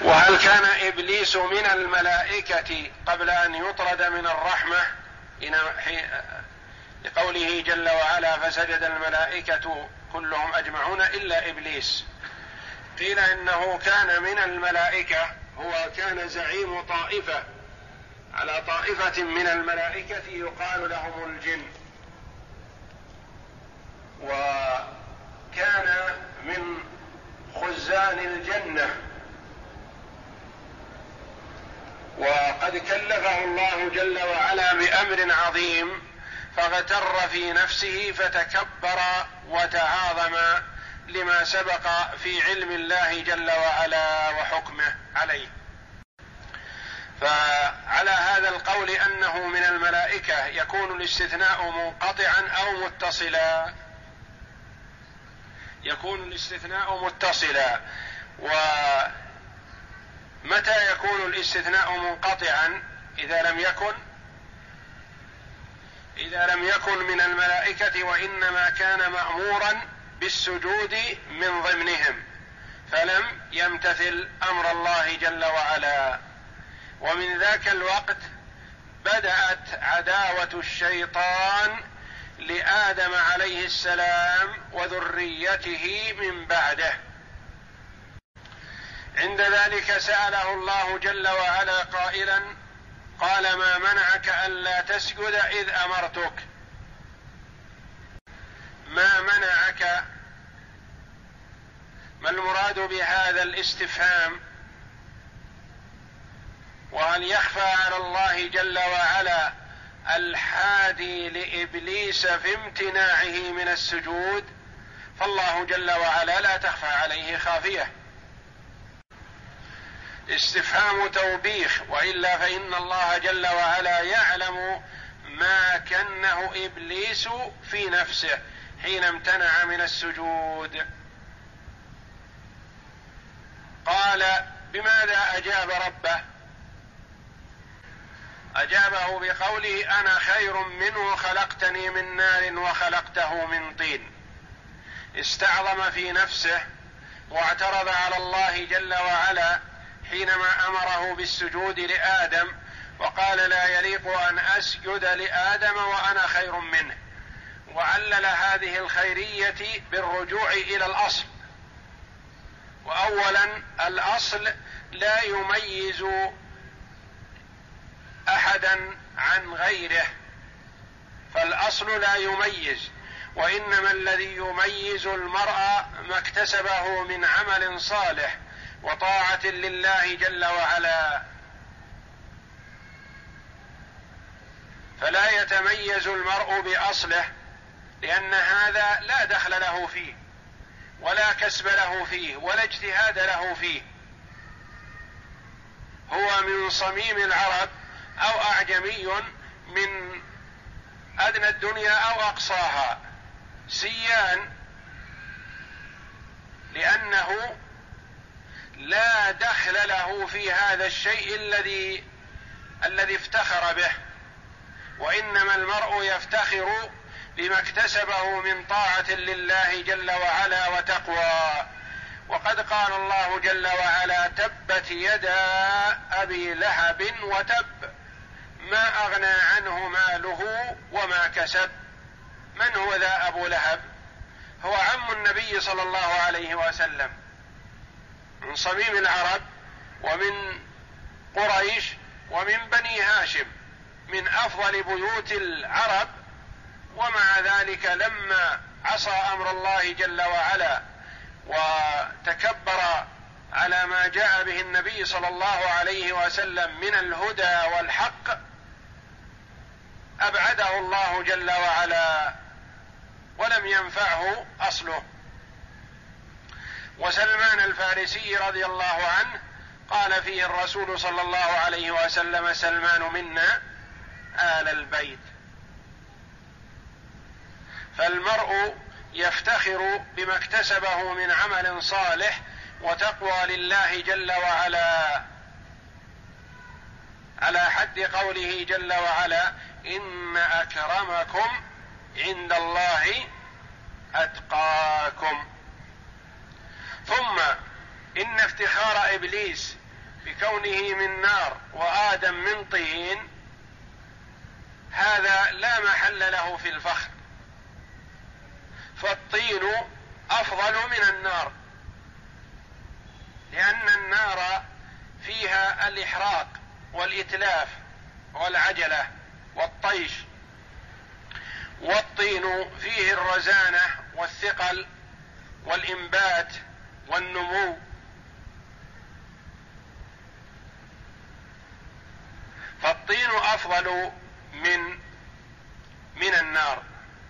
وهل كان إبليس من الملائكة قبل أن يطرد من الرحمة؟ لقوله جل وعلا فسجد الملائكة كلهم أجمعون إلا إبليس. قيل إنه كان من الملائكة، هو كان زعيم طائفة على طائفة من الملائكة يقال لهم الجن، وكان من خزان الجنة، وقد كلفه الله جل وعلا بأمر عظيم فاغتر في نفسه فتكبر وتعاظم لما سبق في علم الله جل وعلا وحكمه عليه. فعلى هذا القول أنه من الملائكة يكون الاستثناء منقطعا أو متصلا، يكون الاستثناء متصلا. ومتى يكون الاستثناء منقطعا؟ إذا لم يكن من الملائكة وإنما كان مأمورا بالسجود من ضمنهم فلم يمتثل أمر الله جل وعلا. ومن ذاك الوقت بدأت عداوة الشيطان لآدم عليه السلام وذريته من بعده. عند ذلك سأله الله جل وعلا قائلا: قال ما منعك ألا تسجد إذ أمرتك؟ ما منعك؟ ما المراد بهذا الاستفهام؟ وهل يخفى على الله جل وعلا الحادي لإبليس في امتناعه من السجود؟ فالله جل وعلا لا تخفى عليه خافية. استفهام توبيخ، وإلا فإن الله جل وعلا يعلم ما كنه إبليس في نفسه حين امتنع من السجود. قال: بماذا أجاب ربه؟ أجابه بقوله: أنا خير منه خلقتني من نار وخلقته من طين. استعظم في نفسه واعترض على الله جل وعلا حينما أمره بالسجود لآدم، وقال: لا يليق أن أسجد لآدم وأنا خير منه. وعلل هذه الخيرية بالرجوع إلى الأصل. وأولا الأصل لا يميز أحدا عن غيره، فالأصل لا يميز، وإنما الذي يميز المرء ما اكتسبه من عمل صالح وطاعة لله جل وعلا. فلا يتميز المرء بأصله، لأن هذا لا دخل له فيه ولا كسب له فيه ولا اجتهاد له فيه. هو من صميم العرب أو أعجمي من أدنى الدنيا أو أقصاها، سيان، لأنه لا دخل له في هذا الشيء الذي افتخر به، وإنما المرء يفتخر بما اكتسبه من طاعة لله جل وعلا وتقوى. وقد قال الله جل وعلا: تبت يدا أبي لهب وتب ما أغنى عنه ماله وما كسب. من هو ذا أبو لهب؟ هو عم النبي صلى الله عليه وسلم، من صميم العرب ومن قريش ومن بني هاشم، من أفضل بيوت العرب. ومع ذلك لما عصى أمر الله جل وعلا وتكبر على ما جاء به النبي صلى الله عليه وسلم من الهدى والحق، أبعده الله جل وعلا ولم ينفعه أصله. وسلمان الفارسي رضي الله عنه قال فيه الرسول صلى الله عليه وسلم: سلمان منا آل البيت. فالمرء يفتخر بما اكتسبه من عمل صالح وتقوى لله جل وعلا، على حد قوله جل وعلا: إن أكرمكم عند الله أتقاكم. ثم إن افتخار إبليس بكونه من نار وآدم من طين، هذا لا محل له في الفخر، فالطين أفضل من النار، لأن النار فيها الإحراق والإتلاف والعجلة والطيش، والطين فيه الرزانة والثقل والإنبات والنمو. فالطين أفضل من النار.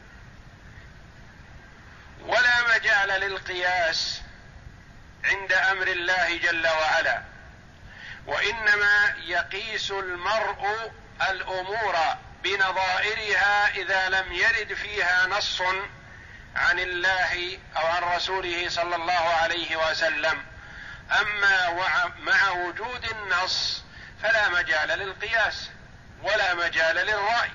ولا مجال للقياس عند أمر الله جل وعلا، وإنما يقيس المرء الأمور بنظائرها إذا لم يرد فيها نص عن الله أو عن رسوله صلى الله عليه وسلم. أما مع وجود النص فلا مجال للقياس ولا مجال للرأي.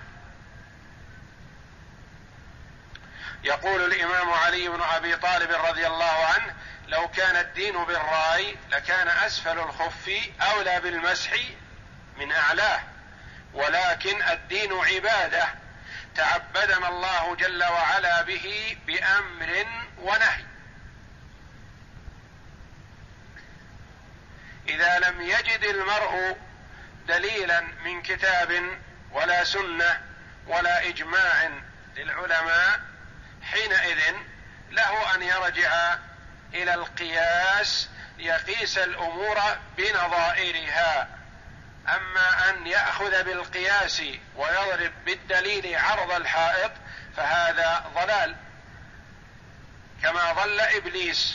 يقول الإمام علي بن أبي طالب رضي الله عنه: لو كان الدين بالرأي لكان أسفل الخف أولى بالمسح من أعلاه، ولكن الدين عبادة تعبدنا الله جل وعلا به بأمر ونهي. إذا لم يجد المرء دليلا من كتاب ولا سنة ولا إجماع للعلماء، حينئذ له أن يرجع إلى القياس يقيس الأمور بنظائرها. أما أن يأخذ بالقياس ويضرب بالدليل عرض الحائط فهذا ضلال، كما ضل إبليس.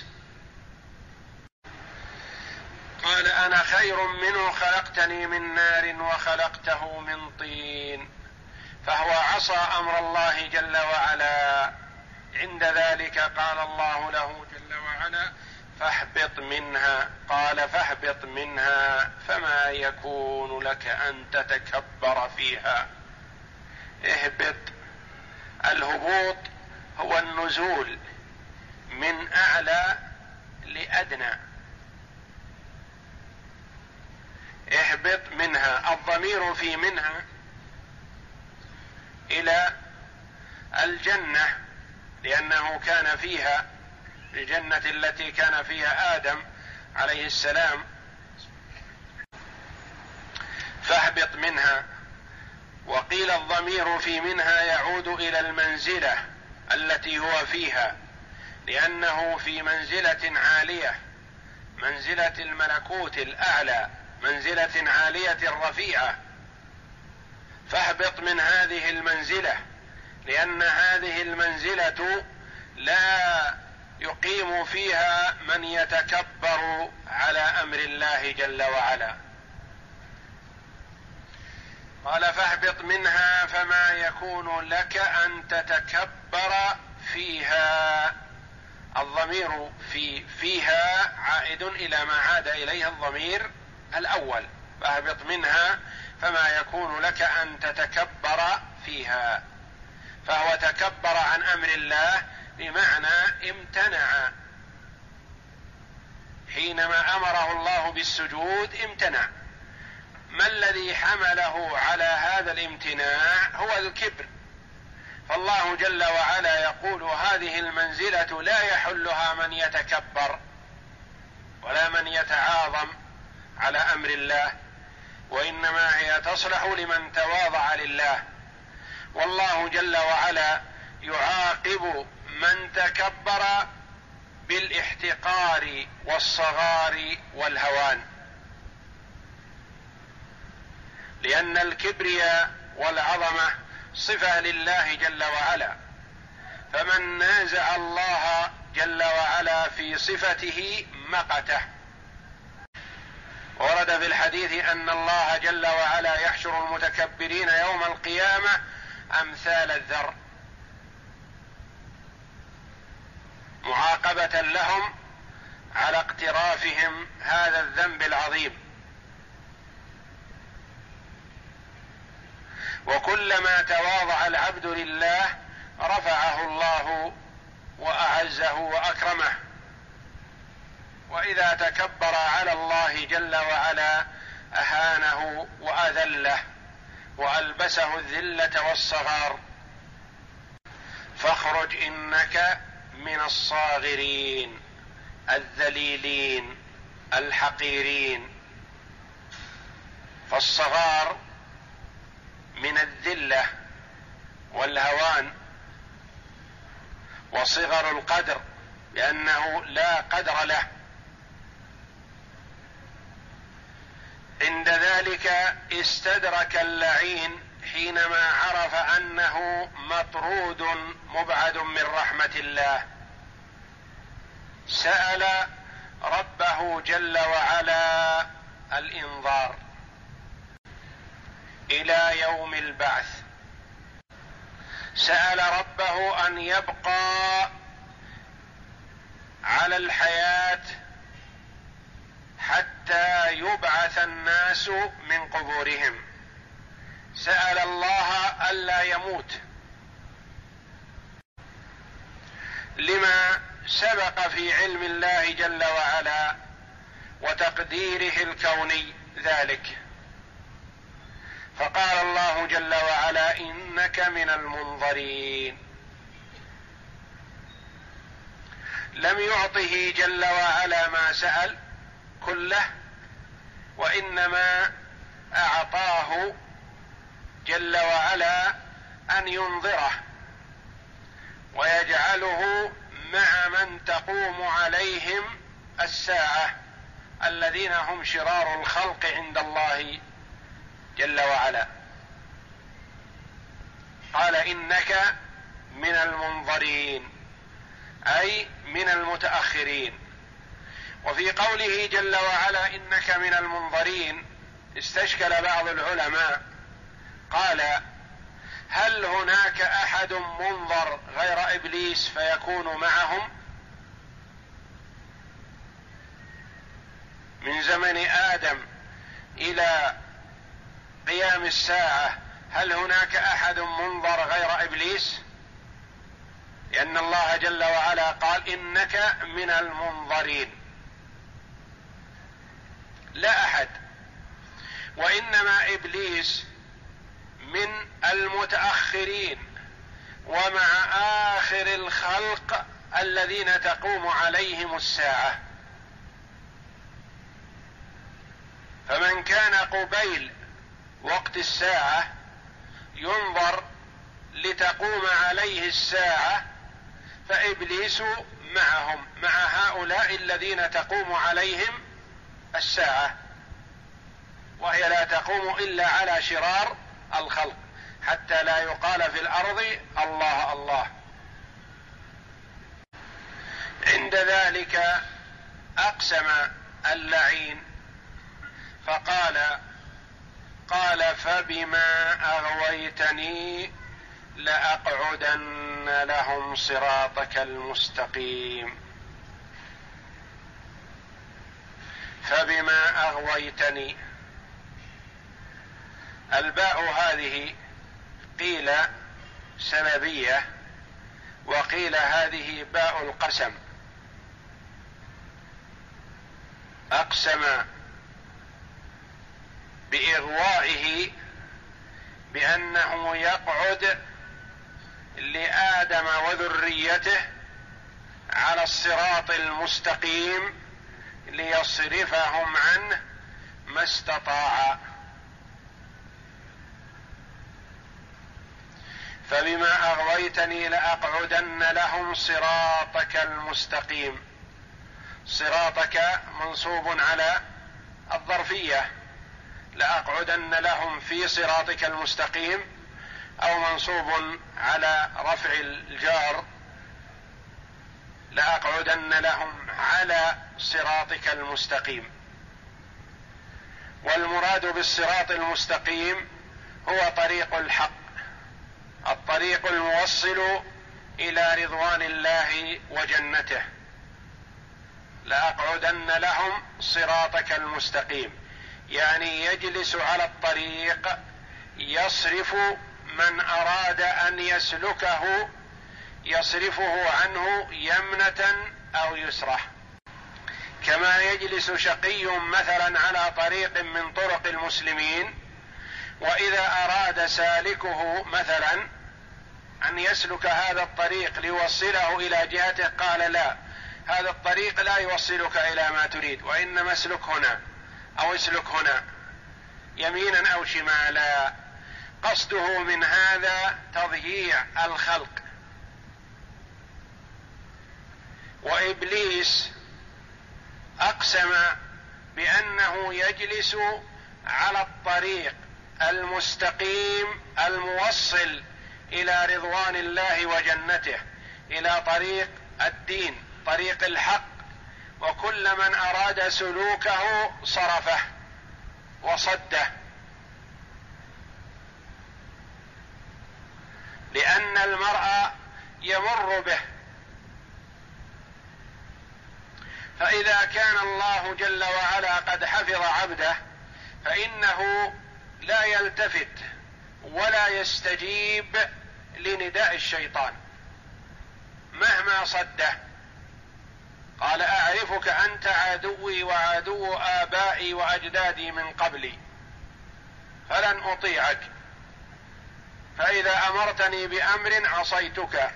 قال: أنا خير منه، خلقتني من نار وخلقته من طين. فهو عصى أمر الله جل وعلا. عند ذلك قال الله له جل وعلا: فاهبط منها. قال: فاهبط منها فما يكون لك أن تتكبر فيها. اهبط. الهبوط هو النزول من أعلى لأدنى. اهبط منها، الضمير في منها إلى الجنة، لأنه كان فيها، الجنة التي كان فيها آدم عليه السلام. فاهبط منها. وقيل الضمير في منها يعود إلى المنزلة التي هو فيها، لأنه في منزلة عالية، منزلة الملكوت الأعلى، منزلة عالية رفيعة. فاهبط من هذه المنزلة، لأن هذه المنزلة لا يقيم فيها من يتكبر على أمر الله جل وعلا. قال: فاهبط منها فما يكون لك أن تتكبر فيها. الضمير فيها عائد إلى ما عاد إليه الضمير الأول. فاهبط منها فما يكون لك أن تتكبر فيها. فهو تكبر عن أمر الله، بمعنى امتنع. حينما أمره الله بالسجود امتنع. ما الذي حمله على هذا الامتناع؟ هو الكبر. فالله جل وعلا يقول: هذه المنزلة لا يحلها من يتكبر ولا من يتعاظم على أمر الله، وإنما هي تصلح لمن تواضع لله. والله جل وعلا يعاقب من تكبر بالاحتقار والصغار والهوان، لأن الكبرياء والعظمة صفة لله جل وعلا. فمن نازع الله جل وعلا في صفته مقته. ورد في الحديث أن الله جل وعلا يحشر المتكبرين يوم القيامة أمثال الذر، معاقبة لهم على اقترافهم هذا الذنب العظيم. وكلما تواضع العبد لله رفعه الله وأعزه وأكرمه. وإذا تكبر على الله جل وعلا أهانه وأذله وألبسه الذلة والصغار. فاخرج إنك من الصاغرين الذليلين الحقيرين. فالصغار من الذلة والهوان، وصغر القدر لأنه لا قدر له. عند ذلك استدرك اللعين حينما عرف أنه مطرود مبعد من رحمة الله، سأل ربه جل وعلا الإنظار إلى يوم البعث، سأل ربه أن يبقى على الحياة حتى يبعث الناس من قبورهم، سأل الله ألا يموت لما سبق في علم الله جل وعلا وتقديره الكوني ذلك. فقال الله جل وعلا إنك من المنظرين. لم يعطه جل وعلا ما سأل كله، وإنما أعطاه جل وعلا أن ينظره ويجعله مع من تقوم عليهم الساعة الذين هم شرار الخلق عند الله جل وعلا. قال إنك من المنظرين أي من المتأخرين. وفي قوله جل وعلا إنك من المنظرين استشكل بعض العلماء، قال هل هناك أحد منظر غير إبليس فيكون معهم؟ من زمن آدم إلى قيام الساعة هل هناك أحد منظر غير إبليس؟ لأن الله جل وعلا قال إنك من المنظرين، لا أحد. وإنما إبليس من المتأخرين ومع آخر الخلق الذين تقوم عليهم الساعة. فمن كان قبيل وقت الساعة ينظر لتقوم عليه الساعة، فإبليس معهم، مع هؤلاء الذين تقوم عليهم الساعة، وهي لا تقوم إلا على شرار الخلق، حتى لا يقال في الأرض الله الله. عند ذلك أقسم اللعين فقال فبما أغويتني لأقعدن لهم صراطك المستقيم. فبما أغويتني، الباء هذه قيل سببية وقيل هذه باء القسم. أقسم بإغوائه بأنه يقعد لآدم وذريته على الصراط المستقيم ليصرفهم عنه ما استطاع. فبما أغويتني لأقعدن لهم صراطك المستقيم. صراطك منصوب على الظرفية، لأقعدن لهم في صراطك المستقيم، أو منصوب على رفع الجار لأقعدن لهم على صراطك المستقيم. والمراد بالصراط المستقيم هو طريق الحق، الطريق الموصل إلى رضوان الله وجنته. لأقعدن لهم صراطك المستقيم، يعني يجلس على الطريق يصرف من أراد أن كما يجلس شقي مثلا على طريق من طرق المسلمين، وإذا أراد سالكه مثلا أن يسلك هذا الطريق ليوصله إلى جهته قال لا، هذا الطريق لا يوصلك إلى ما تريد، وإنما اسلك هنا أو اسلك هنا يمينا أو شمالا. قصده من هذا تضييع الخلق. وإبليس أقسم بأنه يجلس على الطريق المستقيم الموصل إلى رضوان الله وجنته، إلى طريق الدين، طريق الحق، وكل من أراد سلوكه صرفه وصده، لأن المرء يمر به. فإذا كان الله جل وعلا قد حفظ عبده فإنه لا يلتفت ولا يستجيب لنداء الشيطان مهما صده. قال أعرفك أنت عدوي وعدو آبائي وأجدادي من قبلي فلن أطيعك، فإذا أمرتني بأمر عصيتك،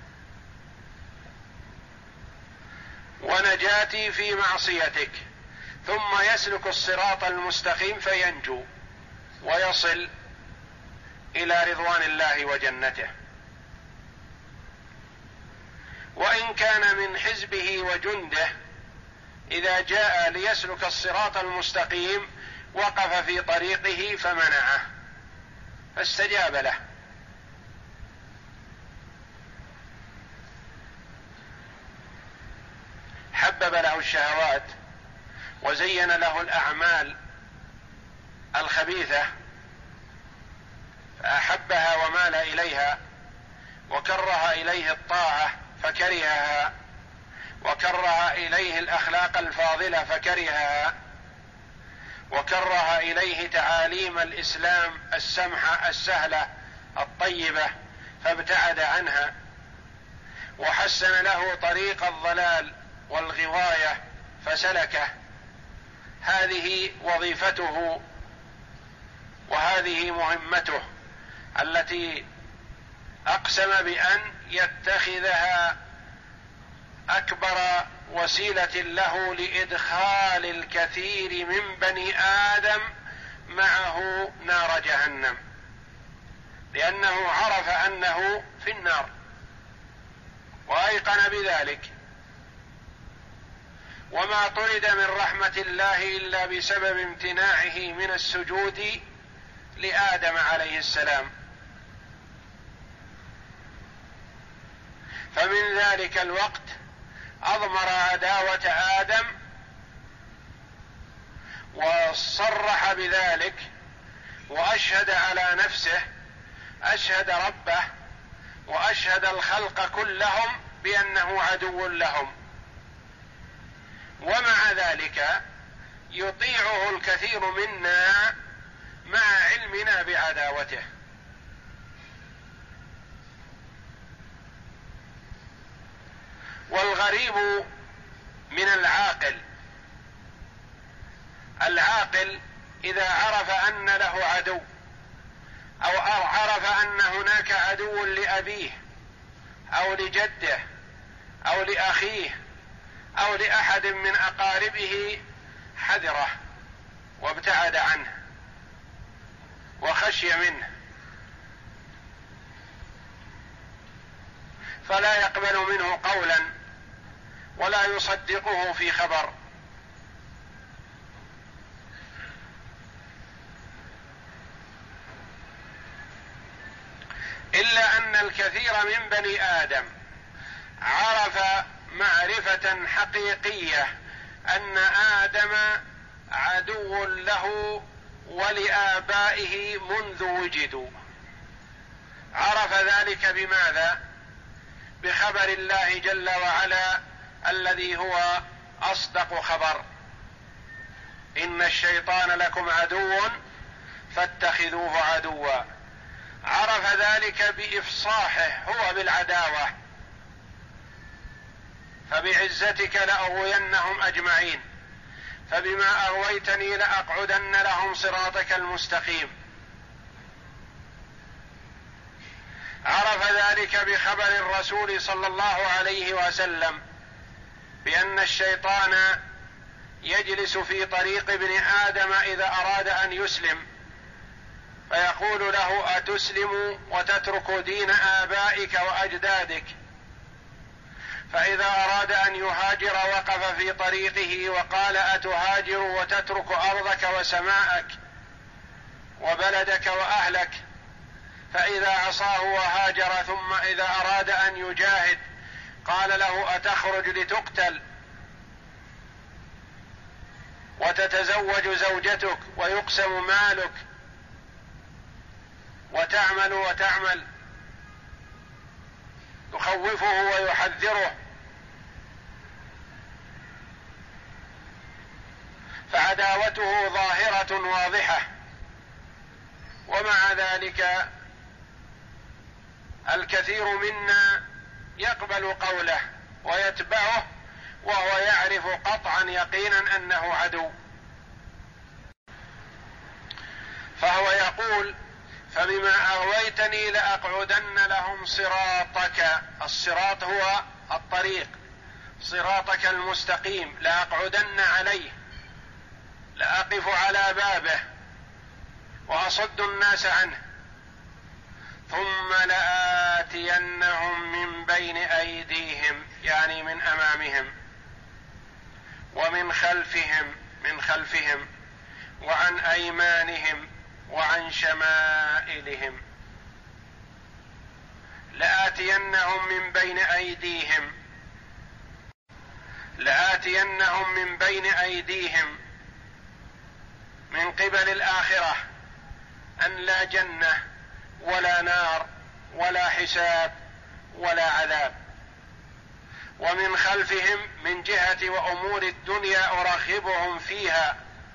ونجاتي في معصيتك. ثم يسلك الصراط المستقيم فينجو ويصل إلى رضوان الله وجنته. وإن كان من حزبه وجنده إذا جاء ليسلك الصراط المستقيم وقف في طريقه فمنعه فاستجاب له. حبب له الشهوات وزين له الأعمال الخبيثة فأحبها ومال إليها، وكره إليه الطاعة فكرهها، وكره إليه الأخلاق الفاضلة فكرهها، وكره إليه تعاليم الإسلام السمحة السهلة الطيبة فابتعد عنها، وحسن له طريق الضلال والغواية فسلكه. هذه وظيفته وهذه مهمته التي أقسم بأن يتخذها أكبر وسيلة له لإدخال الكثير من بني آدم معه نار جهنم، لأنه عرف أنه في النار وأيقن بذلك. وما طرد من رحمة الله إلا بسبب امتناعه من السجود لآدم عليه السلام. فمن ذلك الوقت أضمر عداوة آدم وصرح بذلك وأشهد على نفسه، أشهد ربه وأشهد الخلق كلهم بأنه عدو لهم، ومع ذلك يطيعه الكثير منا مع علمنا بعداوته. والغريب من العاقل إذا عرف أن له عدو أو عرف أن هناك عدو لأبيه أو لجده أو لأخيه أو لأحد من أقاربه حذره وابتعد عنه وخشي منه، فلا يقبل منه قولا ولا يصدقه في خبر. إلا أن الكثير من بني آدم عرف معرفة حقيقية أن آدم عدو له ولآبائه منذ وجدوا. عرف ذلك بماذا؟ بخبر الله جل وعلا الذي هو أصدق خبر: إن الشيطان لكم عدو فاتخذوه عدوا. عرف ذلك بإفصاحه هو بالعداوة: فبعزتك لأغوينهم أجمعين. فبما أغويتني لأقعدن لهم صراطك المستقيم. عرف ذلك بخبر الرسول صلى الله عليه وسلم بأن الشيطان يجلس في طريق ابن آدم إذا أراد أن يسلم، فيقول له: أتسلم وتترك دين آبائك وأجدادك؟ فإذا أراد أن يهاجر وقف في طريقه وقال: أتهاجر وتترك أرضك وسماءك وبلدك وأهلك؟ فإذا عصاه وهاجر ثم إذا أراد أن يجاهد قال له: أتخرج لتقتل وتتزوج زوجتك ويقسم مالك وتعمل، يخوفه ويحذره. فعداوته ظاهرة واضحة، ومع ذلك الكثير منا يقبل قوله ويتبعه وهو يعرف قطعا يقينا أنه عدو. فهو يقول: فبما أغويتني لأقعدن لهم صراطك. الصراط هو الطريق، صراطك المستقيم، لأقعدن عليه، لأقف على بابه وأصد الناس عنه، ثم لآتينهم من بين أيديهم، يعني من أمامهم، ومن خلفهم وعن أيمانهم وعن شمائلهم. لآتينهم من بين أيديهم، لآتينهم من بين أيديهم من قبل الآخرة، أن لا جنة ولا نار ولا حساب ولا عذاب. ومن خلفهم من جهة وأمور الدنيا أرغبهم فيها.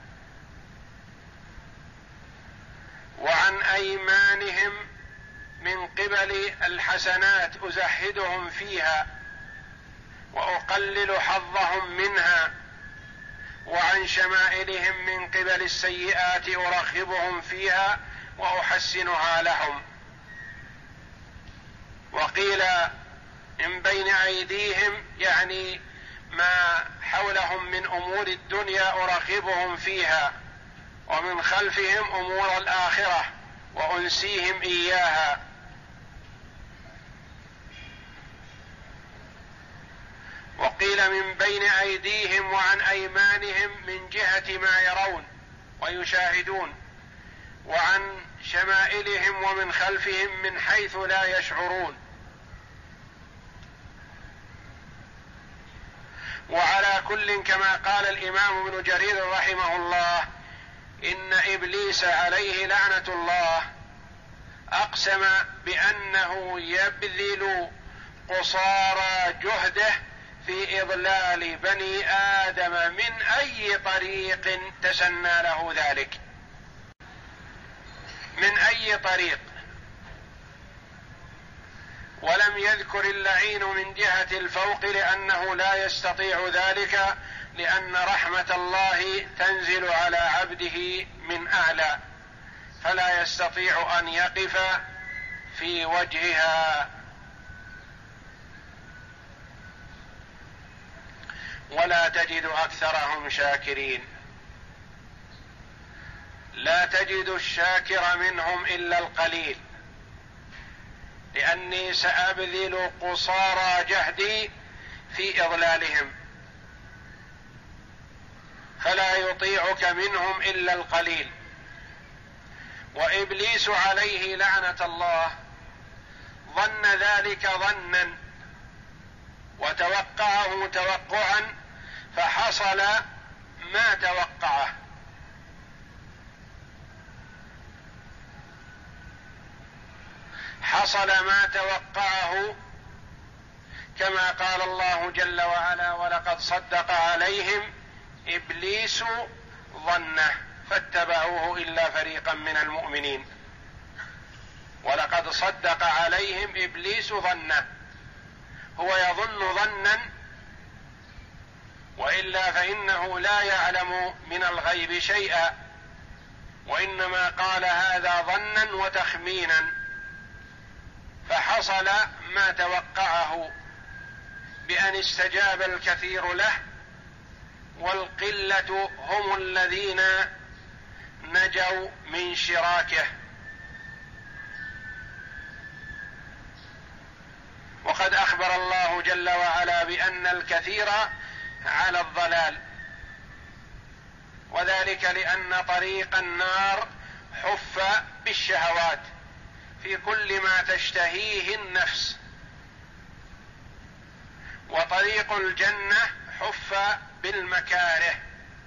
وعن أيمانهم من قبل الحسنات أزهدهم فيها وأقلل حظهم منها. وعن شمائلهم من قبل السيئات أرغبهم فيها وأحسنها لهم. وقيل من بين أيديهم يعني ما حولهم من أمور الدنيا أرغبهم فيها، ومن خلفهم أمور الآخرة وأنسيهم إياها. وقيل من بين أيديهم وعن أيمانهم من جهة ما يرون ويشاهدون، وعن شمائلهم ومن خلفهم من حيث لا يشعرون. وعلى كل كما قال الإمام ابن جرير رحمه الله: إن إبليس عليه لعنة الله أقسم بأنه يبذل قصارى جهده في إضلال بني آدم من أي طريق تسنى له ذلك، من أي طريق. ولم يذكر اللعين من جهة الفوق لأنه لا يستطيع ذلك، لأن رحمة الله تنزل على عبده من أعلى، فلا يستطيع أن يقف في وجهها. ولا تجد أكثرهم شاكرين. لا تجد الشاكر منهم إلا القليل، لأني سأبذل قصارى جهدي في إضلالهم، فلا يطيعك منهم إلا القليل. وإبليس عليه لعنة الله ظن ذلك ظنا وتوقعه توقعا، فحصل ما توقعه. حصل ما توقعه، كما قال الله جل وعلا: ولقد صدق عليهم إبليس ظنه فاتبعوه إلا فريقا من المؤمنين. ولقد صدق عليهم إبليس ظنه، هو يظن ظنا وإلا فإنه لا يعلم من الغيب شيئا، وإنما قال هذا ظنا وتخمينا، فحصل ما توقعه بأن استجاب الكثير له، والقلة هم الذين نجوا من شراكه. وقد أخبر الله جل وعلا بأن الكثير على الضلال، وذلك لأن طريق النار حف بالشهوات في كل ما تشتهيه النفس، وطريق الجنة حف بالمكاره.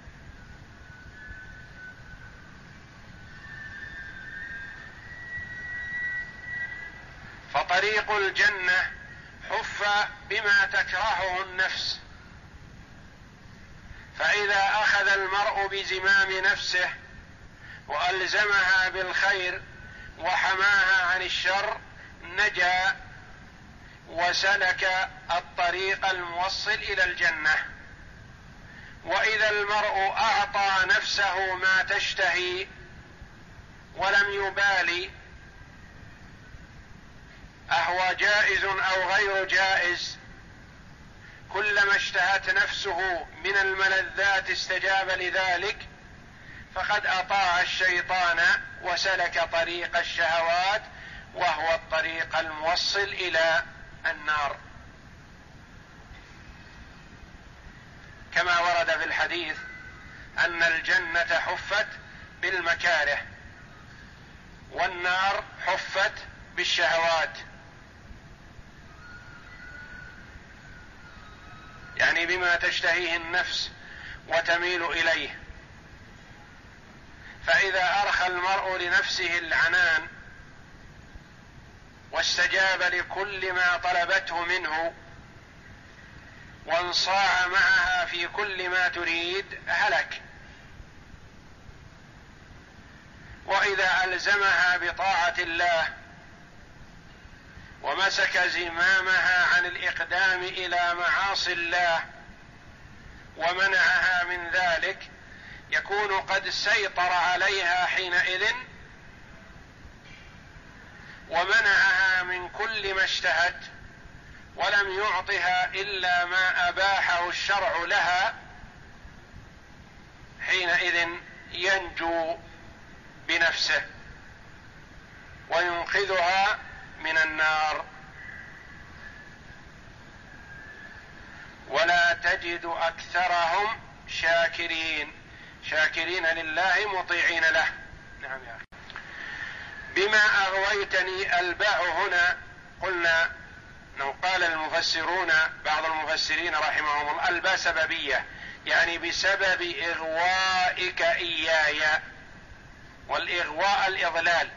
فطريق الجنة حف بما تكرهه النفس، فإذا أخذ المرء بزمام نفسه وألزمها بالخير وحماها عن الشر نجا وسلك الطريق الموصل إلى الجنة. وإذا المرء أعطى نفسه ما تشتهي ولم يبالي أهو جائز أو غير جائز، كلما اشتهت نفسه من الملذات استجاب لذلك، فقد أطاع الشيطان وسلك طريق الشهوات، وهو الطريق الموصل إلى النار، كما ورد في الحديث أن الجنة حفت بالمكاره والنار حفت بالشهوات، يعني بما تشتهيه النفس وتميل إليه. فإذا أرخى المرء لنفسه العنان واستجاب لكل ما طلبته منه وانصاع معها في كل ما تريد هلك. وإذا ألزمها بطاعة الله ومسك زمامها عن الإقدام إلى معاصي الله ومنعها من ذلك، يكون قد سيطر عليها حينئذ ومنعها من كل ما اشتهت، ولم يعطها إلا ما أباحه الشرع لها، حينئذ ينجو بنفسه وينقذها من النار. ولا تجد أكثرهم شاكرين لله مطيعين له. نعم يا أخي. بما أغويتني، الباء هنا قلنا أنه قال المفسرون بعض المفسرين رحمهم الله الباء سببية، يعني بسبب إغوائك إياي، والإغواء الإضلال.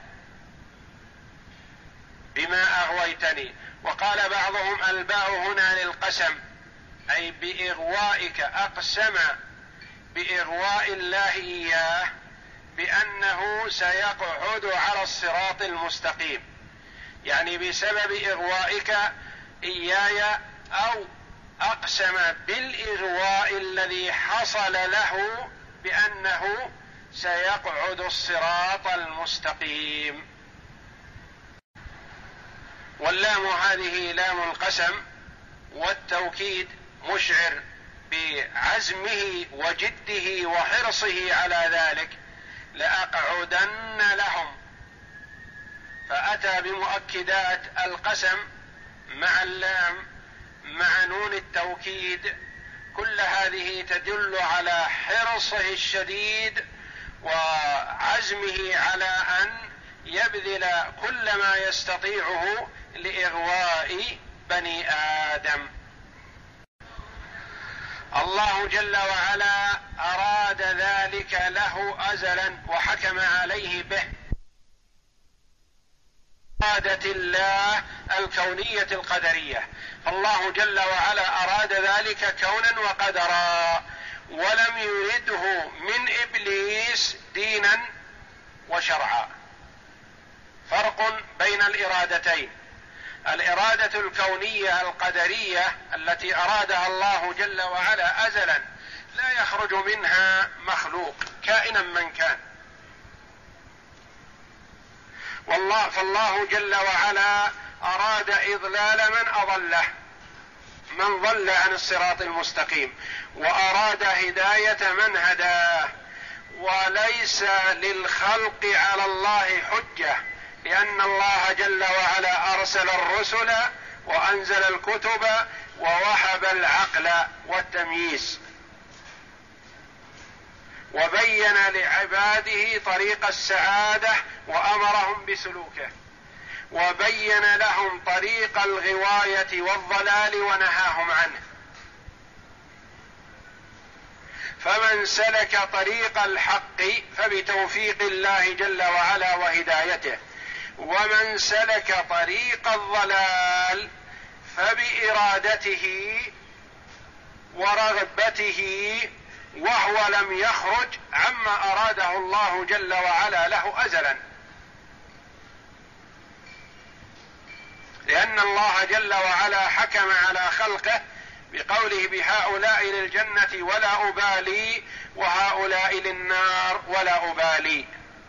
بما أغويتني. وقال بعضهم الباء هنا للقسم، أي بإغوائك، أقسم بإغواء الله إياه بأنه سيقعد على الصراط المستقيم، يعني بسبب إغوائك إياي، أو أقسم بالإغواء الذي حصل له بأنه سيقعد الصراط المستقيم. واللام هذه لام القسم والتوكيد، مشعر بعزمه وجده وحرصه على ذلك، لأقعدن لهم، فأتى بمؤكدات القسم مع اللام مع نون التوكيد، كل هذه تدل على حرصه الشديد وعزمه على أن يبذل كل ما يستطيعه لإغواء بني آدم. الله جل وعلا أراد ذلك له أزلا وحكم عليه به، إرادة الله الكونية القدرية. فالله جل وعلا أراد ذلك كونا وقدرا، ولم يرده من إبليس دينا وشرعا. فرق بين الإرادتين. الإرادة الكونية القدرية التي أرادها الله جل وعلا أزلا لا يخرج منها مخلوق كائنا من كان. فالله جل وعلا أراد إضلال من أضله، من ضل عن الصراط المستقيم، وأراد هداية من هداه. وليس للخلق على الله حجة، لأن الله جل وعلا أرسل الرسل وأنزل الكتب ووهب العقل والتمييز، وبين لعباده طريق السعادة وأمرهم بسلوكه، وبين لهم طريق الغواية والضلال ونهاهم عنه. فمن سلك طريق الحق فبتوفيق الله جل وعلا وهدايته، ومن سلك طريق الضلال فبإرادته ورغبته، وهو لم يخرج عما أراده الله جل وعلا له أزلا، لأن الله جل وعلا حكم على خلقه بقوله بهؤلاء للجنة ولا أبالي وهؤلاء للنار ولا أبالي.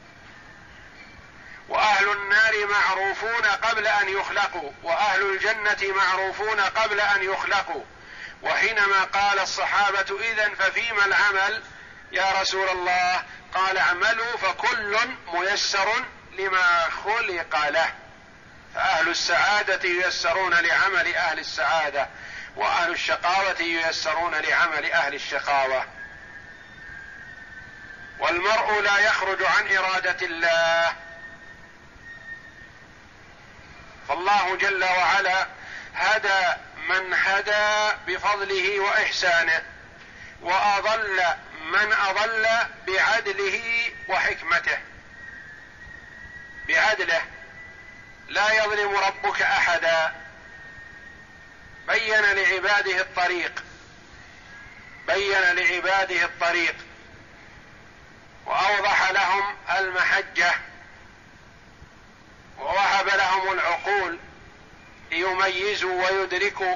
وأهل النار معروفون قبل أن يخلقوا، وأهل الجنة معروفون قبل أن يخلقوا. وحينما قال الصحابة إذن ففيما العمل يا رسول الله؟ قال اعملوا فكل ميسر لما خلق له. فأهل السعادة ييسرون لعمل أهل السعادة، وأهل الشقاوة ييسرون لعمل أهل الشقاوة. والمرء لا يخرج عن إرادة الله. فالله جل وعلا هدى من هدى بفضله وإحسانه، وأضل من أضل بعدله وحكمته، بعدله. لا يظلم ربك أحدا. بين لعباده الطريق، بين لعباده الطريق، وأوضح لهم المحجة، ووهب لهم العقول ليميزوا ويدركوا.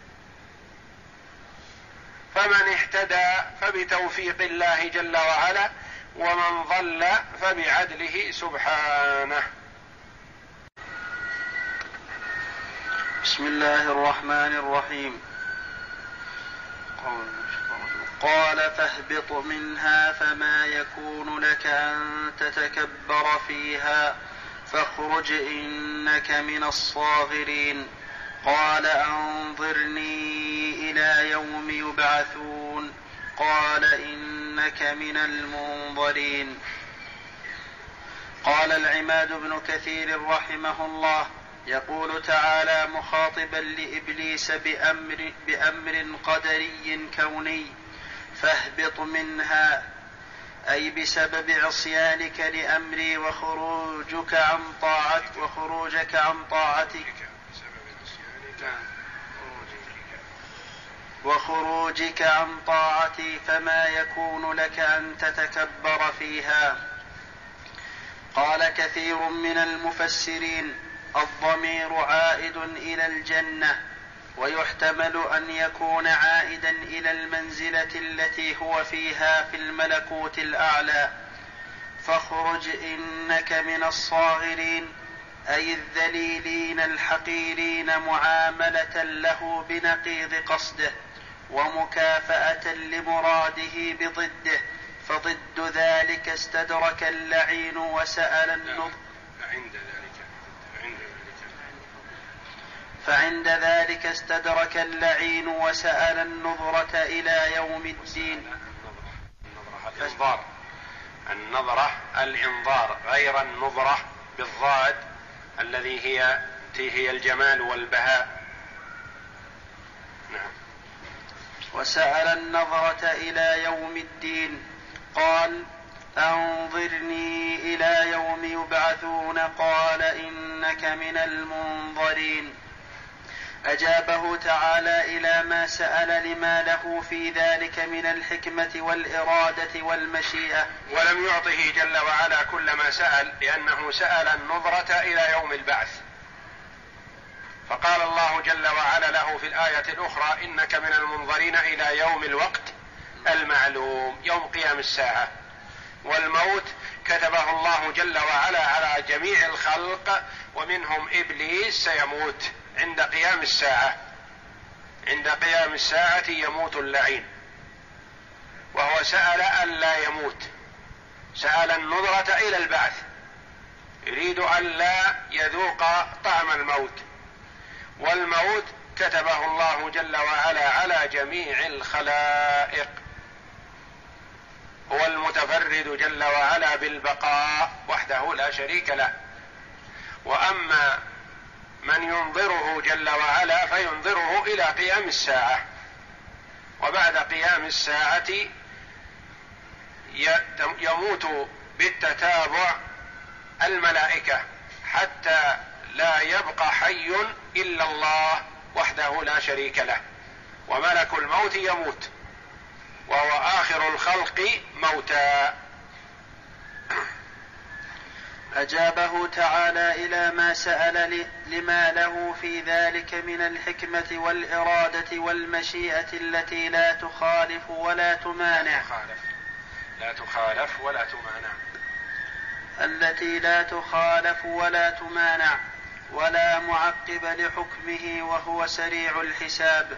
فمن اهتدى فبتوفيق الله جل وعلا، ومن ضل فبعدله سبحانه. بسم الله الرحمن الرحيم. قال فاهبط منها فما يكون لك أن تتكبر فيها فاخرج إنك من الصاغرين. قال أنظرني إلى يوم يبعثون. قال إنك من المنظرين. قال العماد بن كثير رحمه الله يقول تعالى مخاطبا لإبليس بأمر قدري كوني: فاهبط منها، أي بسبب عصيانك لأمري وخروجك عن طاعتي فما يكون لك أن تتكبر فيها. قال كثير من المفسرين: الضمير عائد إلى الجنة، ويحتمل أن يكون عائدا إلى المنزلة التي هو فيها في الملكوت الأعلى. فاخرج إنك من الصاغرين، أي الذليلين الحقيرين معاملة له بنقيض قصده، ومكافأة لمراده بضده. فضد ذلك استدرك اللعين وسأل النضر. فعند ذلك استدرك اللعين وسأل النظرة إلى يوم الدين. النظرة الإنظار، غير النظرة بالضاد الذي هي الجمال والبهاء. نعم. وسأل النظرة إلى يوم الدين. قال أنظرني إلى يوم يبعثون. قال إنك من المنظرين. أجابه تعالى إلى ما سأل لما له في ذلك من الحكمة والإرادة والمشيئة، ولم يعطه جل وعلا كل ما سأل، لأنه سأل النظرة إلى يوم البعث، فقال الله جل وعلا له في الآية الأخرى إنك من المنظرين إلى يوم الوقت المعلوم، يوم قيام الساعة. والموت كتبه الله جل وعلا على جميع الخلق، ومنهم إبليس سيموت عند قيام الساعة. عند قيام الساعة يموت اللعين، وهو سأل ألا يموت، سأل النظرة إلى البعث، يريد ألا يذوق طعم الموت. والموت كتبه الله جل وعلا على جميع الخلائق. هو المتفرد جل وعلا بالبقاء وحده لا شريك له. وأما من ينظره جل وعلا فينظره إلى قيام الساعة، وبعد قيام الساعة يموت بالتتابع الملائكة حتى لا يبقى حي إلا الله وحده لا شريك له، وملك الموت يموت وهو آخر الخلق موتا. أجابه تعالى إلى ما سأل لما له في ذلك من الحكمة والإرادة والمشيئة التي لا تخالف ولا تمانع، التي لا تخالف ولا تمانع ولا معقب لحكمه، وهو سريع الحساب.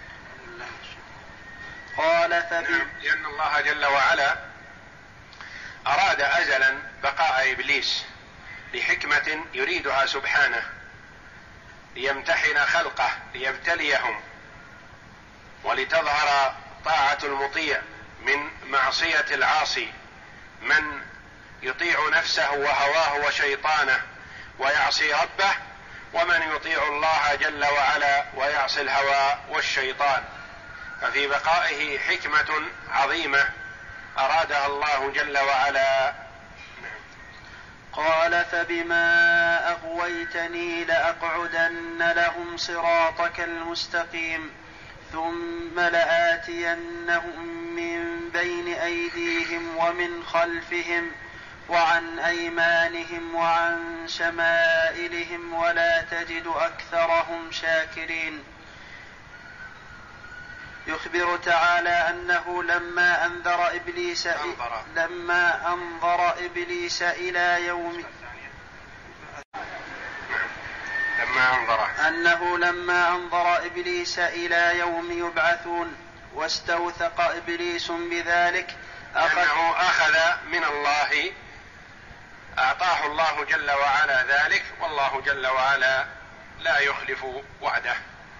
قال لأن الله جل وعلا أراد أزلا بقاء إبليس لحكمة يريدها سبحانه، ليمتحن خلقه، ليبتليهم، ولتظهر طاعة المطيع من معصية العاصي، من يطيع نفسه وهواه وشيطانه ويعصي ربه، ومن يطيع الله جل وعلا ويعصي الهوى والشيطان. ففي بقائه حكمة عظيمة أرادها الله جل وعلا. قال فبما أغويتني لأقعدن لهم صراطك المستقيم ثم لآتينهم من بين أيديهم ومن خلفهم وعن أيمانهم وعن شمائلهم ولا تجد أكثرهم شاكرين. يخبر تعالى أنه لما أنذر إبليس إلى يوم لما أنظر إبليس إلى يوم يبعثون واستوثق إبليس بذلك أنه أخذ من الله، أعطاه الله جل وعلا ذلك، والله جل وعلا لا يخلف وعده.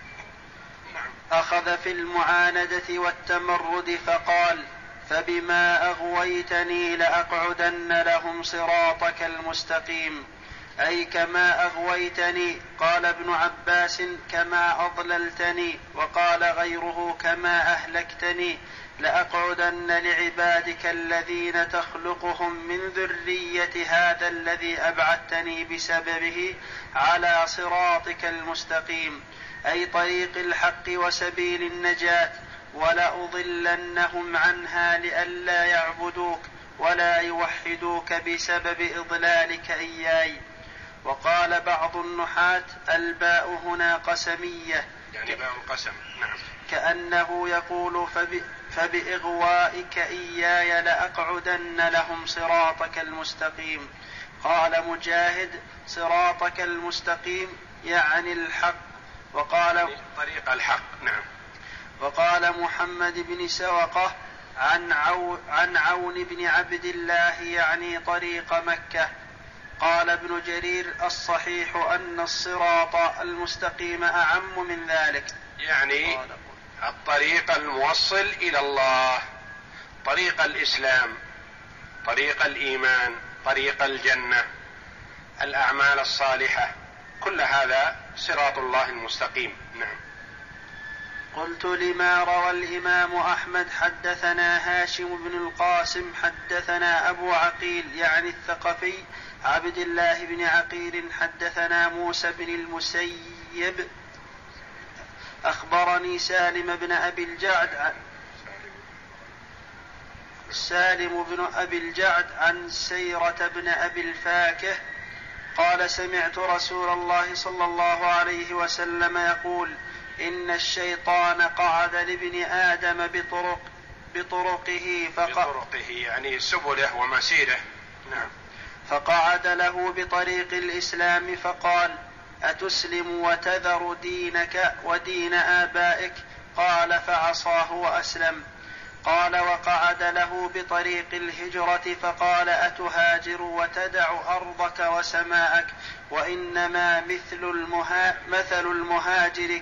أخذ في المعاندة والتمرد فقال فبما أغويتني لأقعدن لهم صراطك المستقيم، أي كما أغويتني. قال ابن عباس كما أضللتني، وقال غيره كما أهلكتني، لأقعدن لعبادك الذين تخلقهم من ذرية هذا الذي أبعدتني بسببه على صراطك المستقيم، أي طريق الحق وسبيل النجاة، ولأضلنهم عنها لئلا يعبدوك ولا يوحدوك بسبب إضلالك إياي. وقال بعض النحاة الباء هنا قسمية، يعني باء القسم، نعم، كأنه يقول فبإغوائك إياي لأقعدن لهم صراطك المستقيم. قال مجاهد صراطك المستقيم يعني الحق، وقال طريق الحق، نعم. وقال محمد بن سوقة عن عون بن عبد الله يعني طريق مكة. قال ابن جرير الصحيح أن الصراط المستقيم أعم من ذلك، يعني الطريق الموصل إلى الله، طريق الإسلام، طريق الإيمان، طريق الجنة، الأعمال الصالحة، كل هذا صراط الله المستقيم. نعم. قلت لما روى الإمام أحمد حدثنا هاشم بن القاسم حدثنا أبو عقيل يعني الثقفي عبد الله بن عقيل حدثنا موسى بن المسيب أخبرني سالم بن أبي الجعد عن سيرة بن أبي الفاكه قال سمعت رسول الله صلى الله عليه وسلم يقول إن الشيطان قعد لابن آدم بطرقه يعني سبله ومسيره. نعم. فقعد له بطريق الإسلام فقال أتسلم وتذر دينك ودين آبائك؟ قال فعصاه وأسلم. قال وقعد له بطريق الهجرة فقال أتهاجر وتدع أرضك وسماءك؟ وإنما مثل المهاجر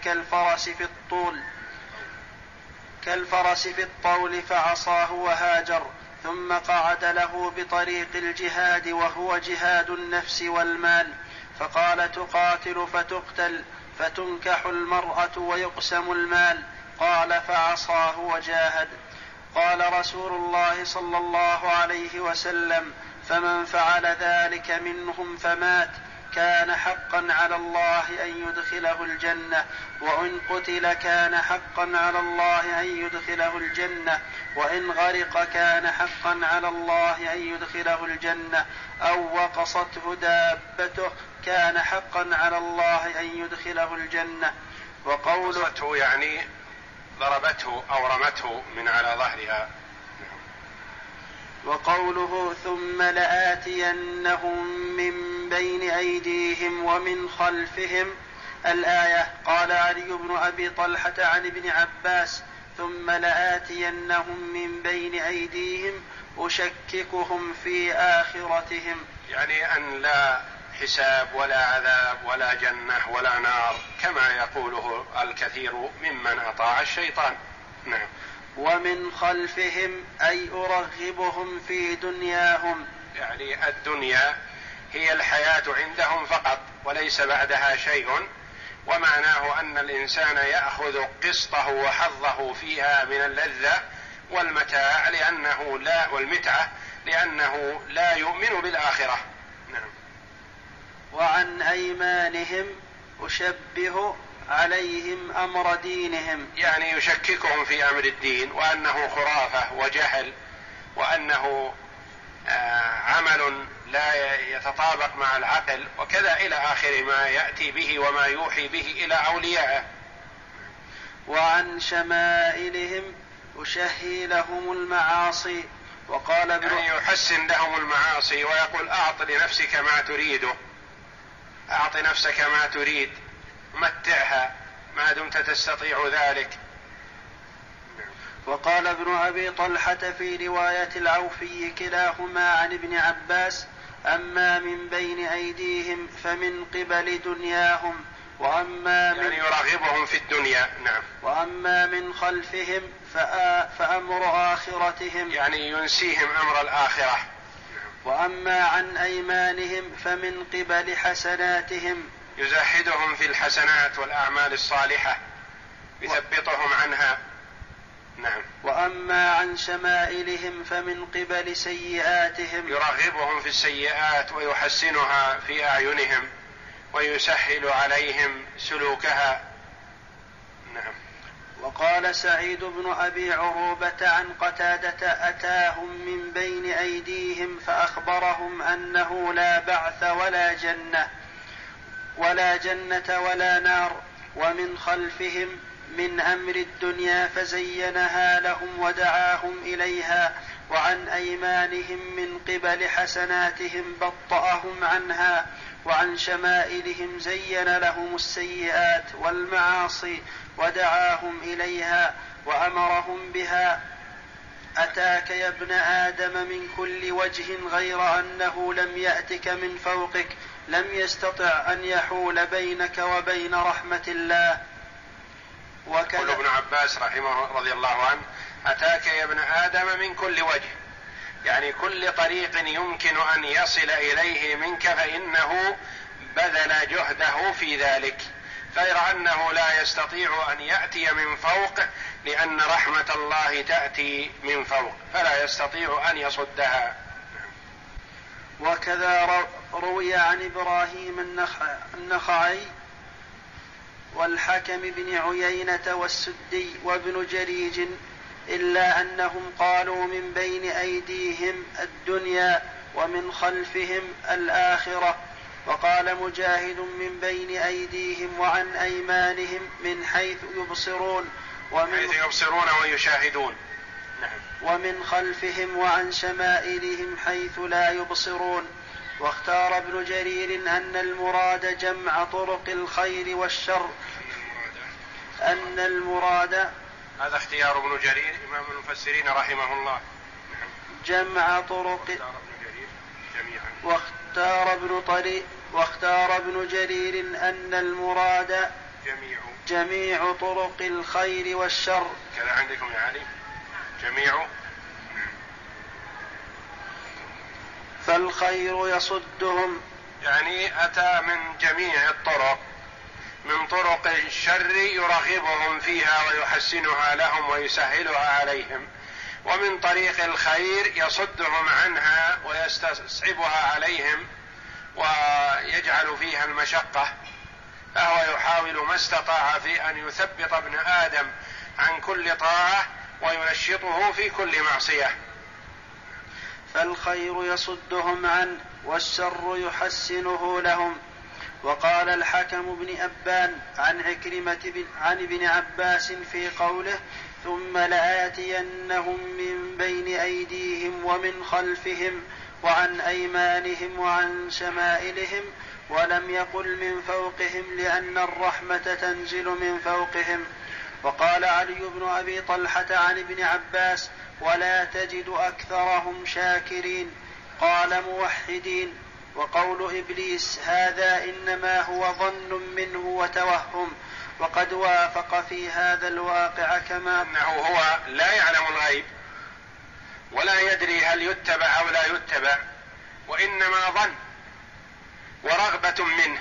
كالفرس في الطول فعصاه وهاجر. ثم قعد له بطريق الجهاد وهو جهاد النفس والمال فقال تقاتل فتقتل فتنكح المرأة ويقسم المال؟ قال فعصاه وجاهد. قال رسول الله صلى الله عليه وسلم فمن فعل ذلك منهم فمات كان حقا على الله أن يدخله الجنة، وإن قتل كان حقا على الله أن يدخله الجنة، وإن غرق كان حقا على الله أن يدخله الجنة، أو وقصته دابته كان حقا على الله أن يدخله الجنة. وقوله يعني ضربته أو رمته من على ظهرها. وقوله ثم لآتينهم من بين أيديهم ومن خلفهم الآية. قال علي بن أبي طلحة عن ابن عباس ثم لآتينهم من بين أيديهم أشككهم في آخرتهم، يعني أن لا حساب ولا عذاب ولا جنة ولا نار كما يقوله الكثير ممن أطاع الشيطان. نعم. ومن خلفهم أي أرغبهم في دنياهم، يعني الدنيا هي الحياة عندهم فقط وليس بعدها شيء، ومعناه أن الإنسان يأخذ قسطه وحظه فيها من اللذة والمتاع والمتعة لأنه لا يؤمن بالآخرة. نعم. وعن أيمانهم أشبه عليهم أمر دينهم، يعني يشككهم في أمر الدين وأنه خرافة وجهل وأنه عمل لا يتطابق مع العقل وكذا إلى آخر ما يأتي به وما يوحي به إلى أوليائه. وعن شمائلهم أشهي لهم المعاصي. وقال يعني يحسن لهم المعاصي ويقول أعط لنفسك ما تريده، أعط نفسك ما تريد، متعها ما دمت تستطيع ذلك. وقال ابن أبي طلحة في رواية العوفي كلاهما عن ابن عباس أما من بين أيديهم فمن قبل دنياهم وأما يعني يرغبهم في الدنيا. نعم. وأما من خلفهم فأمر آخرتهم، يعني ينسيهم أمر الآخرة. وأما عن أيمانهم فمن قبل حسناتهم، يزهدهم في الحسنات والأعمال الصالحة يثبطهم عنها. نعم. وأما عن شمائلهم فمن قبل سيئاتهم، يرغبهم في السيئات ويحسنها في أعينهم ويسهل عليهم سلوكها. نعم. وقال سعيد بن أبي عروبة عن قتادة أتاهم من بين أيديهم فأخبرهم أنه لا بعث ولا جنة ولا نار، ومن خلفهم من أمر الدنيا فزينها لهم ودعاهم إليها، وعن أيمانهم من قبل حسناتهم بطأهم عنها، وعن شمائلهم زين لهم السيئات والمعاصي ودعاهم إليها وأمرهم بها. أتاك يا ابن آدم من كل وجه غير أنه لم يأتك من فوقك، لم يستطع أن يحول بينك وبين رحمة الله. يقول ابن عباس رضي الله عنه أتاك يا ابن آدم من كل وجه، يعني كل طريق يمكن أن يصل إليه منك فإنه بذل جهده في ذلك، غير أنه لا يستطيع أن يأتي من فوق لأن رحمة الله تأتي من فوق فلا يستطيع أن يصدها. وكذا روي عن إبراهيم النخعي والحكم بن عيينة والسدي وابن جريج إلا أنهم قالوا من بين أيديهم الدنيا ومن خلفهم الآخرة، وقال مجاهد من بين أيديهم وعن أيمانهم من حيث يبصرون ويشاهدون. نعم. ومن خلفهم وعن شمائلهم حيث لا يبصرون. واختار ابن جرير أن المراد جمع طرق الخير والشر. أن المراد، هذا اختيار ابن جرير إمام المفسرين رحمه الله. جمع طرق. واختار ابن جرير أن المراد جميع طرق الخير والشر. كذا عندكم يا علي؟ جميع. فالخير يصدهم، يعني أتى من جميع الطرق، من طرق الشر يرغبهم فيها ويحسنها لهم ويسهلها عليهم، ومن طريق الخير يصدهم عنها ويستصعبها عليهم ويجعل فيها المشقة، فهو يحاول ما استطاع في أن يثبط ابن آدم عن كل طاعة وينشطه في كل معصية. فالخير يصدهم عنه والشر يحسنه لهم. وقال الحكم بن أبان عن عكرمة عن ابن عباس في قوله ثم لآتينهم من بين أيديهم ومن خلفهم وعن أيمانهم وعن شمائلهم، ولم يقل من فوقهم لأن الرحمة تنزل من فوقهم. وقال علي بن أبي طلحة عن ابن عباس ولا تجد أكثرهم شاكرين، قال موحدين. وقول إبليس هذا إنما هو ظن منه وتوهم، وقد وافق في هذا الواقع كما أنه هو لا يعلم الغيب ولا يدري هل يتبع أو لا يتبع، وإنما ظن ورغبة منه،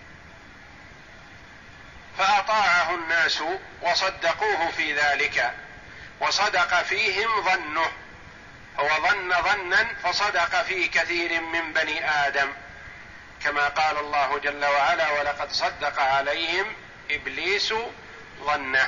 فأطاعه الناس وصدقوه في ذلك، وصدق فيهم ظنه، هو ظن ظنا فصدق في كثير من بني آدم، كما قال الله جل وعلا ولقد صدق عليهم إبليس ظنه،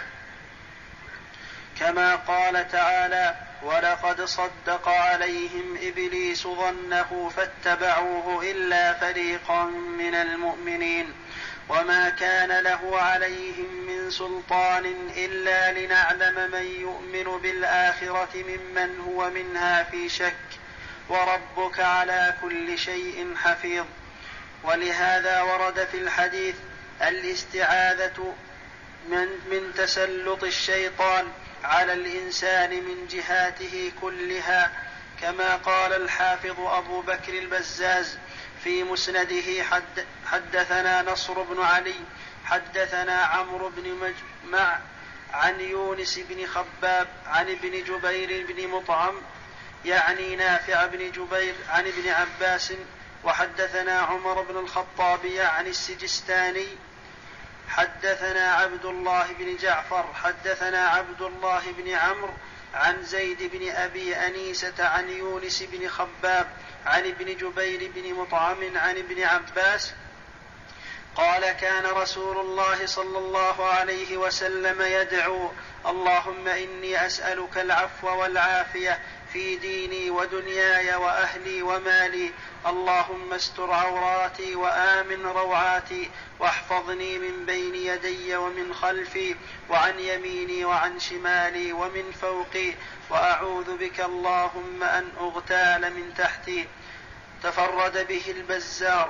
كما قال تعالى ولقد صدق عليهم إبليس ظنه فاتبعوه إلا فريقا من المؤمنين. وما كان له عليهم من سلطان إلا لنعلم من يؤمن بالآخرة ممن هو منها في شك، وربك على كل شيء حفيظ. ولهذا ورد في الحديث الاستعاذة من تسلط الشيطان على الإنسان من جهاته كلها، كما قال الحافظ أبو بكر البزاز في مسنده حدثنا نصر بن علي حدثنا عمرو بن مجمع عن يونس بن خباب عن ابن جبير بن مطعم يعني نافع بن جبير عن ابن عباس. وحدثنا عمر بن الخطاب يعني السجستاني حدثنا عبد الله بن جعفر حدثنا عبد الله بن عمرو عن زيد بن أبي أنيسة عن يونس بن خباب عن ابن جبير بن مطعم عن ابن عباس قال كان رسول الله صلى الله عليه وسلم يدعو اللهم إني أسألك العفو والعافية في ديني ودنياي وأهلي ومالي، اللهم استر عوراتي وآمن روعاتي واحفظني من بين يدي ومن خلفي وعن يميني وعن شمالي ومن فوقي، وأعوذ بك اللهم أن أغتال من تحتي. تفرد به البزار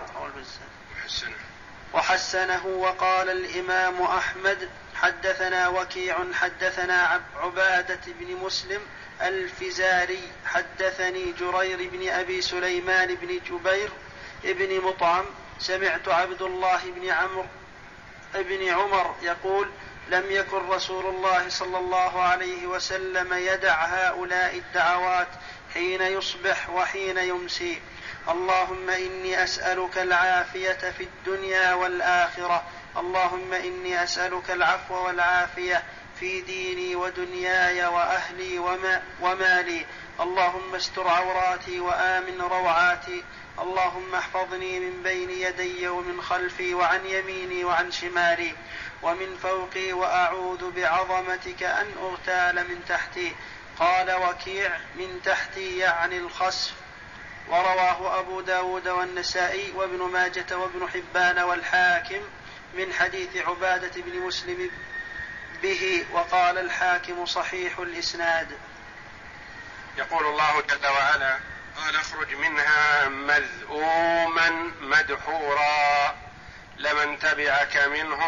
وحسنه. وقال الإمام أحمد حدثنا وكيع حدثنا عبادة بن مسلم الفزاري حدثني جرير بن أبي سليمان بن جبير بن مطعم سمعت عبد الله بن عمر يقول لم يكن رسول الله صلى الله عليه وسلم يدع هؤلاء الدعوات حين يصبح وحين يمسي: اللهم إني أسألك العافية في الدنيا والآخرة، اللهم إني أسألك العفو والعافية في ديني ودنياي وأهلي ومالي، اللهم استر عوراتي وآمن روعاتي، اللهم احفظني من بين يدي ومن خلفي وعن يميني وعن شمالي ومن فوقي، وأعوذ بعظمتك أن أغتال من تحتي. قال وكيع: من تحتي يعني الخسف. ورواه أبو داود والنسائي وابن ماجة وابن حبان والحاكم من حديث عبادة بن مسلم به، وقال الحاكم صحيح الإسناد. يقول الله جل وعلا: قال اخرج منها مذءوما مدحورا لمن تبعك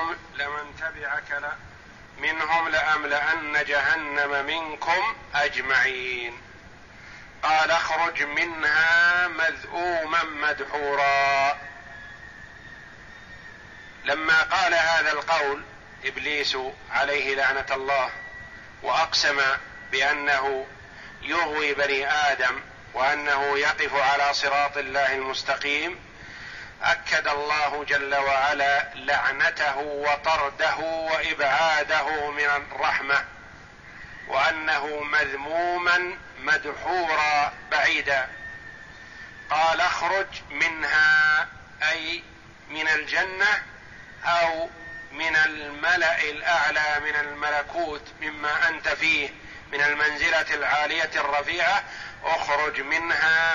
منهم لأملأن جهنم منكم أجمعين. قال اخرج منها مذءوما مدحورا. لما قال هذا القول إبليس عليه لعنة الله وأقسم بأنه يغوي بني آدم وأنه يقف على صراط الله المستقيم، أكد الله جل وعلا لعنته وطرده وإبعاده من الرحمة، وأنه مذموما مدحورا بعيدا. قال اخرج منها، أي من الجنة أو من الملأ الأعلى من الملكوت مما أنت فيه من المنزلة العالية الرفيعة، اخرج منها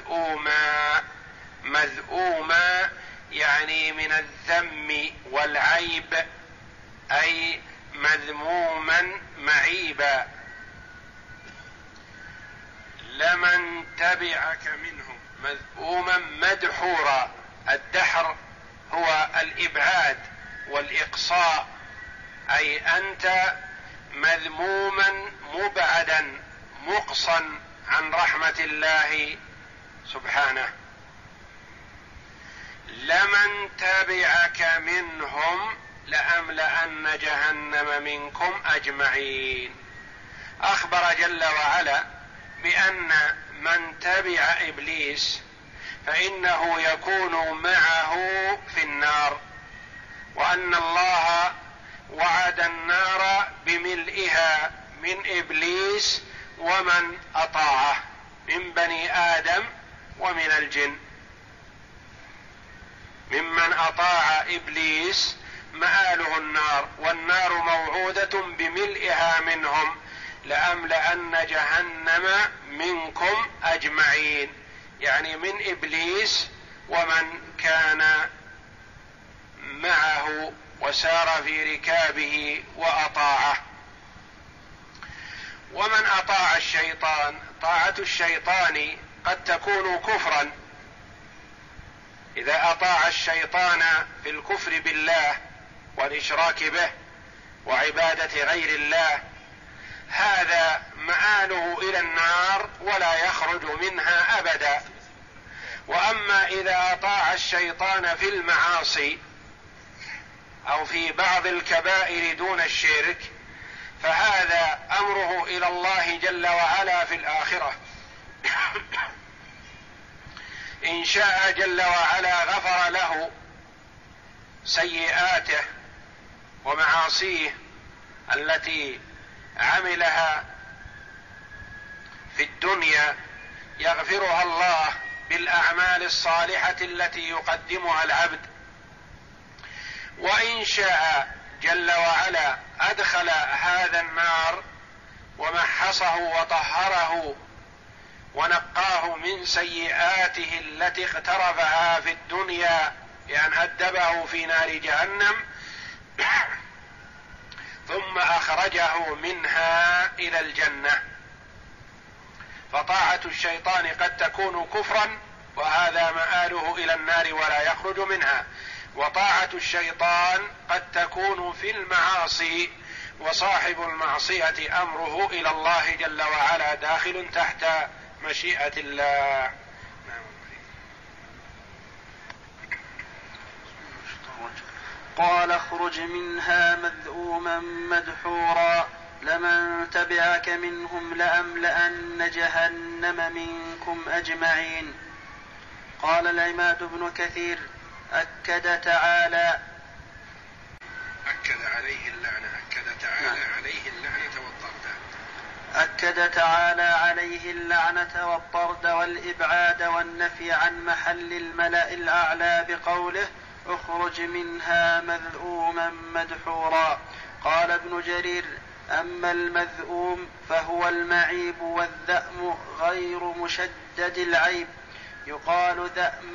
مذءوما يعني من الذم والعيب، أي مذموما معيبا. لمن تبعك منهم مذءوما مدحورا. الدحر هو الإبعاد والإقصاء، أي أنت مذموما مبعدا مقصا عن رحمة الله سبحانه. لمن تبعك منهم لأملأن جهنم منكم أجمعين. أخبر جل وعلا بأن من تبع إبليس فإنه يكون معه في النار، وأن الله وعد النار بملئها من إبليس ومن أطاعه من بني آدم ومن الجن. ممن أطاع إبليس مآله النار، والنار موعودة بملئها منهم، لأملأن جهنم منكم أجمعين، يعني من إبليس ومن كان معه وسار في ركابه وأطاعه. ومن أطاع الشيطان، طاعة الشيطان قد تكون كفرا. إذا أطاع الشيطان في الكفر بالله والإشراك به وعبادة غير الله، هذا مآله إلى النار ولا يخرج منها أبدا. وأما إذا أطاع الشيطان في المعاصي أو في بعض الكبائر دون الشرك، فهذا أمره إلى الله جل وعلا في الآخرة. إن شاء جل وعلا غفر له سيئاته ومعاصيه التي عملها في الدنيا، يغفرها الله بالأعمال الصالحة التي يقدمها العبد. وإن شاء جل وعلا أدخل هذا النار ومحصه وطهره ونقاه من سيئاته التي اقترفها في الدنيا بأن أدبه في نار جهنم، ثم أخرجه منها إلى الجنة. فطاعة الشيطان قد تكون كفرا، وهذا مآله إلى النار ولا يخرج منها. وطاعة الشيطان قد تكون في المعاصي، وصاحب المعصية أمره إلى الله جل وعلا داخل تحت مشيئة الله. قال اخرج منها مذءوما مدحورا لمن تبعك منهم لأملأن جهنم منكم أجمعين. قال العماد بن كثير أكد عليه تعالى عليه اللعنة والطرد والإبعاد والنفي عن محل الملأ الأعلى بقوله اخرج منها مذءوما مدحورا. قال ابن جرير أما المذءوم فهو المعيب والذأم غير مشدد العيب، يقال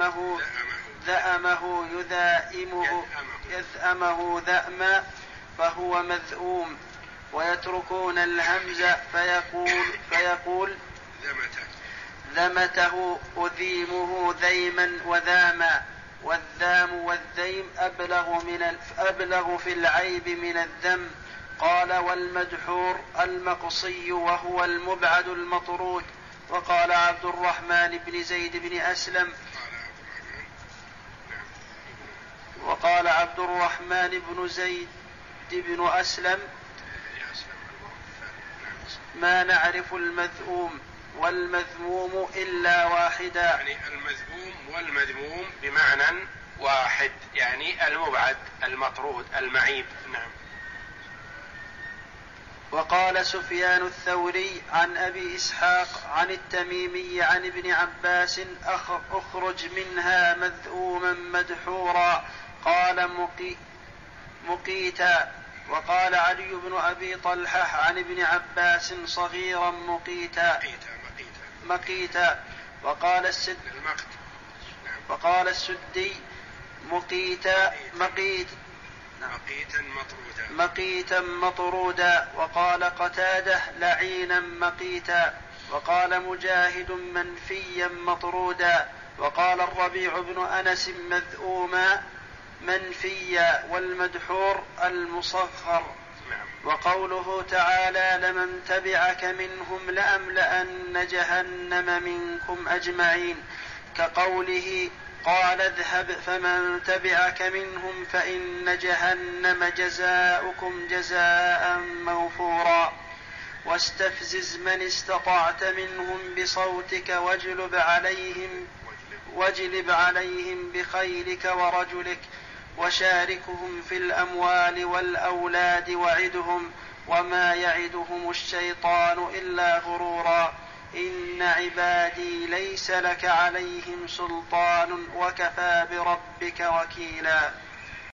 ذأمه يذأمه ذأما فهو مذءوم. ويتركون الهمز فيقول ذمته أذيمه ذيما وذاما. والذام والذيم أبلغ في العيب من الذم. قال والمدحور المقصي وهو المبعد المطرود. وقال عبد الرحمن بن زيد بن أسلم ما نعرف المذءوم والمذموم إلا واحدا. يعني المذموم والمذموم بمعنى واحد، يعني المبعد المطرود المعيب. نعم. وقال سفيان الثوري عن أبي إسحاق عن التميمي عن ابن عباس أخرج منها مذءوما مدحورا قال مقيتا. وقال علي بن أبي طلحة عن ابن عباس صغيرا مقيتا. وقال السدي مقيتا مطرودا. وقال قتادة لعينا مقيتا. وقال مجاهد منفيا مطرودا. وقال الربيع بن أنس مذءوما منفيا والمدحور المصغر. وقوله تعالى لمن تبعك منهم لأملأن جهنم منكم أجمعين كقوله قال اذهب فمن تبعك منهم فإن جهنم جزاؤكم جزاء موفورا. واستفزز من استطعت منهم بصوتك واجلب عليهم بخيلك ورجلك وشاركهم في الأموال والأولاد وعدهم وما يعدهم الشيطان إلا غرورا. إن عبادي ليس لك عليهم سلطان وكفى بربك وكيلا.